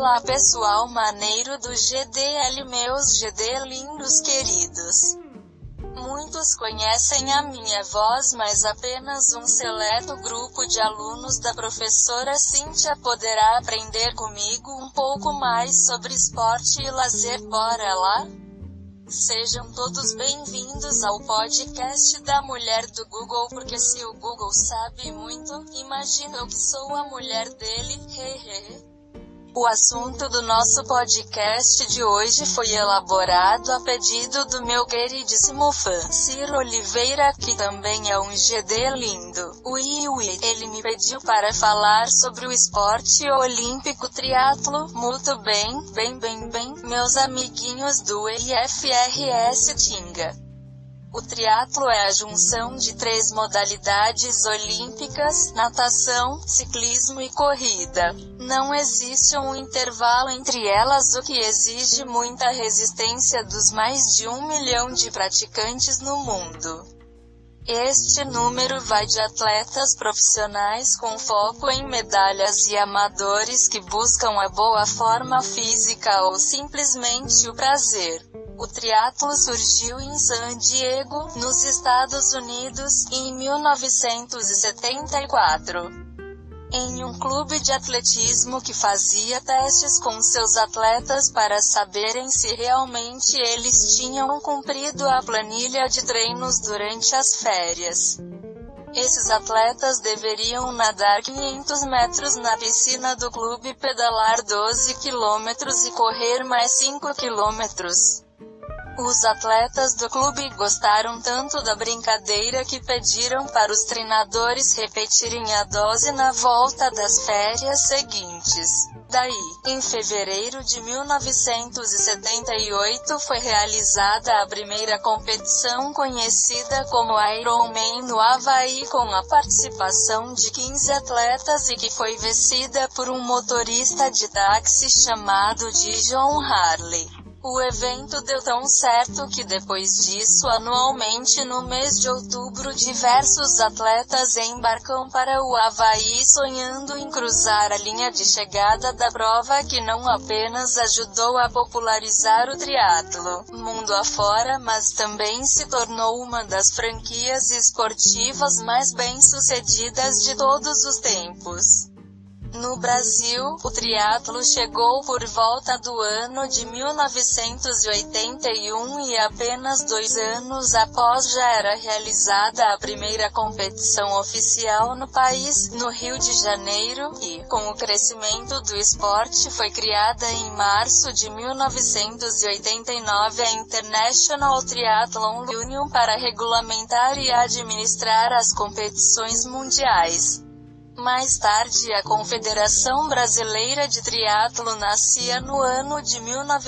Olá pessoal maneiro do GDL, meus GD lindos queridos. Muitos conhecem a minha voz, mas apenas um seleto grupo de alunos da professora Cíntia poderá aprender comigo um pouco mais sobre esporte e lazer. Bora lá? Sejam todos bem-vindos ao podcast da mulher do Google, porque se o Google sabe muito, imagina eu que sou a mulher dele, hehehe. O assunto do nosso podcast de hoje foi elaborado a pedido do meu queridíssimo fã, Ciro Oliveira, que também é um GD lindo. Ele me pediu para falar sobre o esporte olímpico triatlo. Muito bem, meus amiguinhos do IFRS Tinga. O triatlo é a junção de 3 modalidades olímpicas: natação, ciclismo e corrida. Não existe um intervalo entre elas, o que exige muita resistência dos mais de 1 milhão de praticantes no mundo. Este número vai de atletas profissionais com foco em medalhas e amadores que buscam a boa forma física ou simplesmente o prazer. O triatlo surgiu em San Diego, nos Estados Unidos, em 1974. Em um clube de atletismo que fazia testes com seus atletas para saberem se realmente eles tinham cumprido a planilha de treinos durante as férias. Esses atletas deveriam nadar 500 metros na piscina do clube, pedalar 12 quilômetros e correr mais 5 quilômetros. Os atletas do clube gostaram tanto da brincadeira que pediram para os treinadores repetirem a dose na volta das férias seguintes. Daí, em fevereiro de 1978 foi realizada a primeira competição conhecida como Ironman no Havaí, com a participação de 15 atletas e que foi vencida por um motorista de táxi chamado Dijon Harley. O evento deu tão certo que depois disso, anualmente no mês de outubro, diversos atletas embarcam para o Havaí sonhando em cruzar a linha de chegada da prova, que não apenas ajudou a popularizar o triatlo mundo afora, mas também se tornou uma das franquias esportivas mais bem-sucedidas de todos os tempos. No Brasil, o triatlo chegou por volta do ano de 1981 e apenas 2 anos após já era realizada a primeira competição oficial no país, no Rio de Janeiro, e, com o crescimento do esporte, foi criada em março de 1989 a International Triathlon Union para regulamentar e administrar as competições mundiais. Mais tarde a Confederação Brasileira de Triatlo nascia no ano de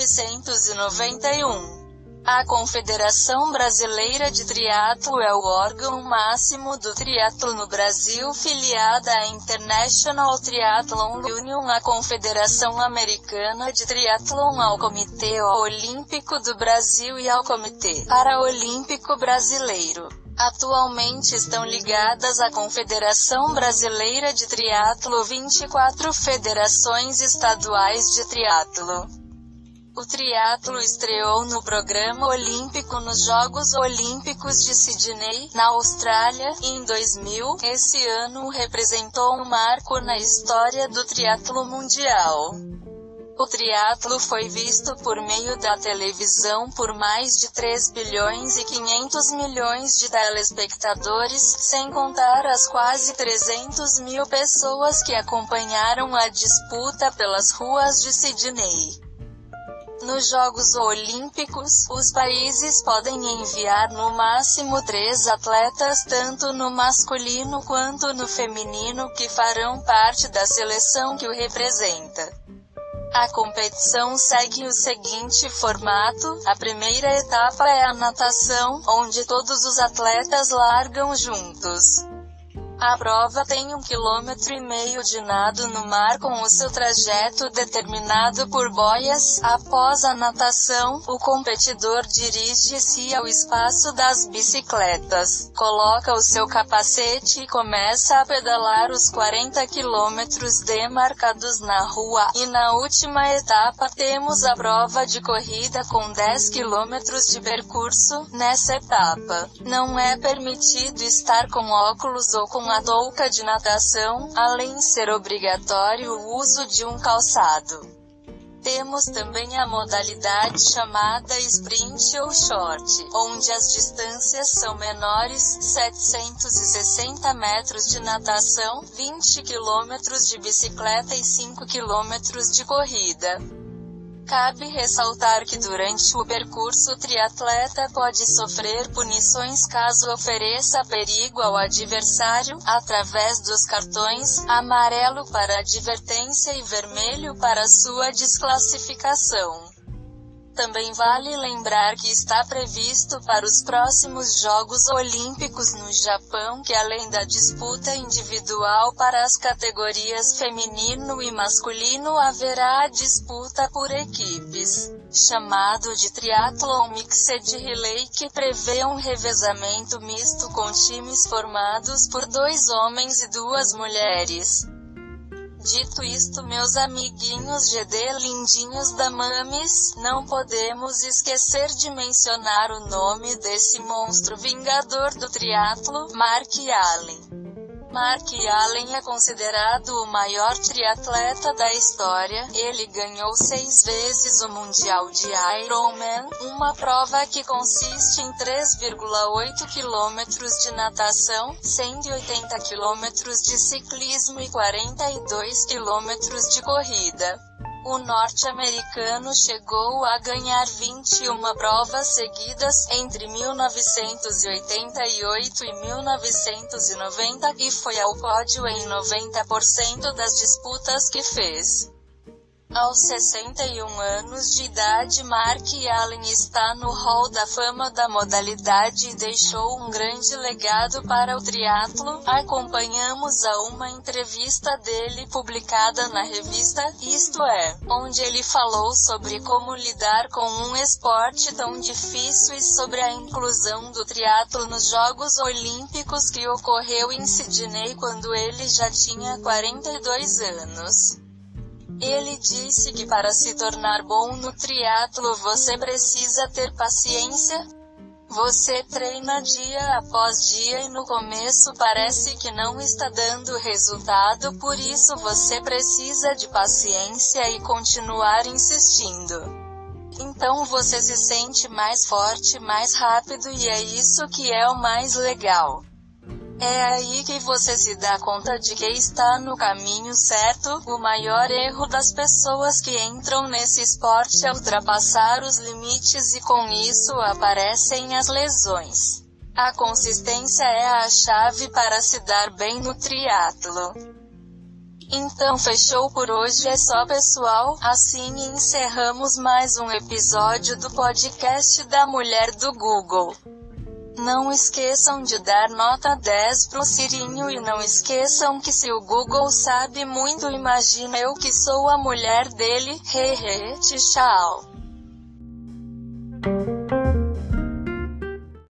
1991. A Confederação Brasileira de Triatlo é o órgão máximo do triatlo no Brasil, filiada à International Triathlon Union, à Confederação Americana de Triatlon, ao Comitê Olímpico do Brasil e ao Comitê Paraolímpico Brasileiro. Atualmente estão ligadas à Confederação Brasileira de Triatlo 24 federações estaduais de triatlo. O triatlo estreou no programa olímpico nos Jogos Olímpicos de Sydney, na Austrália, em 2000. Esse ano representou um marco na história do triatlo mundial. O triatlo foi visto por meio da televisão por mais de 3 bilhões e 500 milhões de telespectadores, sem contar as quase 300 mil pessoas que acompanharam a disputa pelas ruas de Sydney. Nos Jogos Olímpicos, os países podem enviar no máximo 3 atletas tanto no masculino quanto no feminino que farão parte da seleção que o representa. A competição segue o seguinte formato: a primeira etapa é a natação, onde todos os atletas largam juntos. A prova tem 1,5 km de nado no mar com o seu trajeto determinado por boias. Após a natação, o competidor dirige-se ao espaço das bicicletas, coloca o seu capacete e começa a pedalar os 40 km demarcados na rua. E na última etapa temos a prova de corrida com 10 km de percurso. Nessa etapa, não é permitido estar com óculos ou com a touca de natação, além de ser obrigatório o uso de um calçado. Temos também a modalidade chamada sprint ou short, onde as distâncias são menores, 760 metros de natação, 20 km de bicicleta e 5 km de corrida. Cabe ressaltar que durante o percurso o triatleta pode sofrer punições caso ofereça perigo ao adversário, através dos cartões amarelo para advertência e vermelho para sua desclassificação. Também vale lembrar que está previsto para os próximos Jogos Olímpicos no Japão que além da disputa individual para as categorias feminino e masculino haverá a disputa por equipes, chamado de Triathlon Mixed Relay, que prevê um revezamento misto com times formados por 2 homens e 2 mulheres. Dito isto, meus amiguinhos GD lindinhos da Mamis, não podemos esquecer de mencionar o nome desse monstro vingador do triatlo, Mark Allen. Mark Allen é considerado o maior triatleta da história. Ele ganhou 6 vezes o Mundial de Ironman, uma prova que consiste em 3,8 km de natação, 180 km de ciclismo e 42 km de corrida. O norte-americano chegou a ganhar 21 provas seguidas, entre 1988 e 1990, e foi ao pódio em 90% das disputas que fez. Aos 61 anos de idade, Mark Allen está no hall da fama da modalidade e deixou um grande legado para o triatlo. Acompanhamos a uma entrevista dele publicada na revista Isto É, onde ele falou sobre como lidar com um esporte tão difícil e sobre a inclusão do triatlo nos Jogos Olímpicos que ocorreu em Sydney quando ele já tinha 42 anos. Ele disse que para se tornar bom no triatlo você precisa ter paciência. Você treina dia após dia e no começo parece que não está dando resultado, por isso você precisa de paciência e continuar insistindo. Então você se sente mais forte, mais rápido e é isso que é o mais legal. É aí que você se dá conta de que está no caminho certo. O maior erro das pessoas que entram nesse esporte é ultrapassar os limites e com isso aparecem as lesões. A consistência é a chave para se dar bem no triatlo. Então fechou por hoje, é só pessoal, assim encerramos mais um episódio do podcast da Mulher do Google. Não esqueçam de dar nota 10 pro Cirinho e não esqueçam que se o Google sabe muito, imagina eu que sou a mulher dele. Hehe, tchau.